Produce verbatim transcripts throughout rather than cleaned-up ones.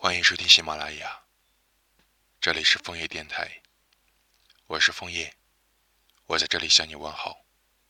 欢迎收听喜马拉雅，这里是枫叶电台，我是枫叶，我在这里向你问好。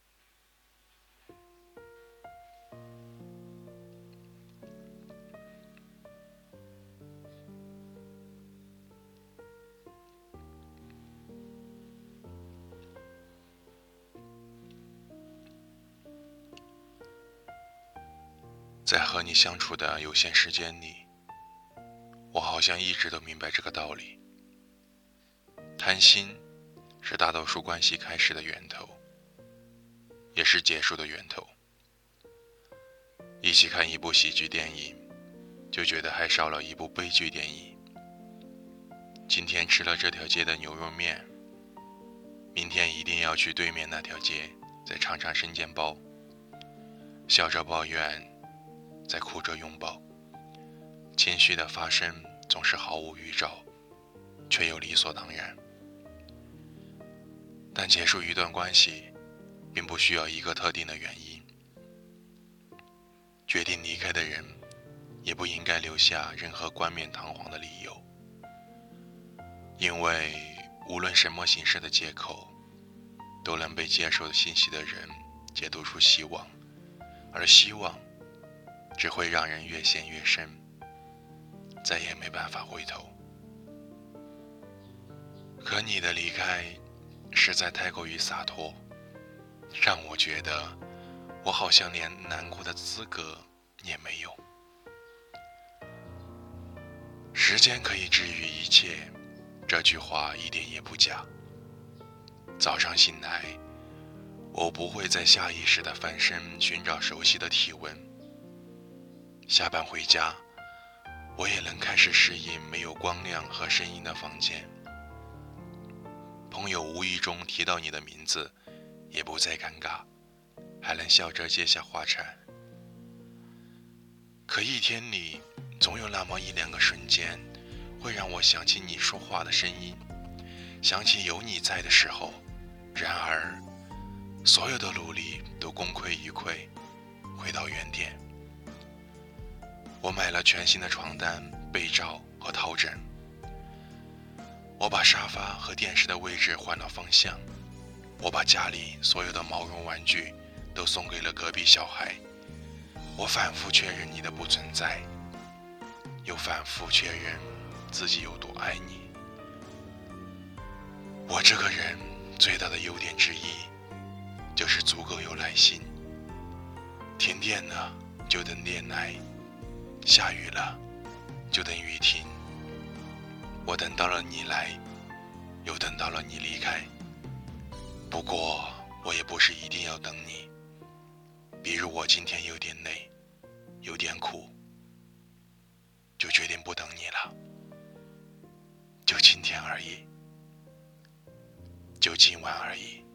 在和你相处的有限时间里，我好像一直都明白这个道理。贪心是大多数关系开始的源头，也是结束的源头。一起看一部喜剧电影，就觉得还少了一部悲剧电影。今天吃了这条街的牛肉面，明天一定要去对面那条街再尝尝生煎包。笑着抱怨，再哭着拥抱，情绪的发生总是毫无预兆，却又理所当然。但结束一段关系，并不需要一个特定的原因。决定离开的人，也不应该留下任何冠冕堂皇的理由，因为无论什么形式的借口，都能被接受信息的人解读出希望，而希望只会让人越陷越深，再也没办法回头。可你的离开实在太过于洒脱，让我觉得我好像连难过的资格也没有。时间可以治愈一切，这句话一点也不假。早上醒来，我不会再下意识地翻身寻找熟悉的体温。下班回家，我也能开始适应没有光亮和声音的房间。朋友无意中提到你的名字，也不再尴尬，还能笑着接下话茬。可一天里，总有那么一两个瞬间，会让我想起你说话的声音，想起有你在的时候。然而，所有的努力都功亏一篑，回到原点。我买了全新的床单、被罩和套枕，我把沙发和电视的位置换了方向，我把家里所有的毛绒玩具都送给了隔壁小孩。我反复确认你的不存在，又反复确认自己有多爱你。我这个人最大的优点之一，就是足够有耐心。停电了就等电来，下雨了就等雨停。我等到了你来，又等到了你离开。不过我也不是一定要等你，比如我今天有点累，有点苦，就决定不等你了。就今天而已，就今晚而已。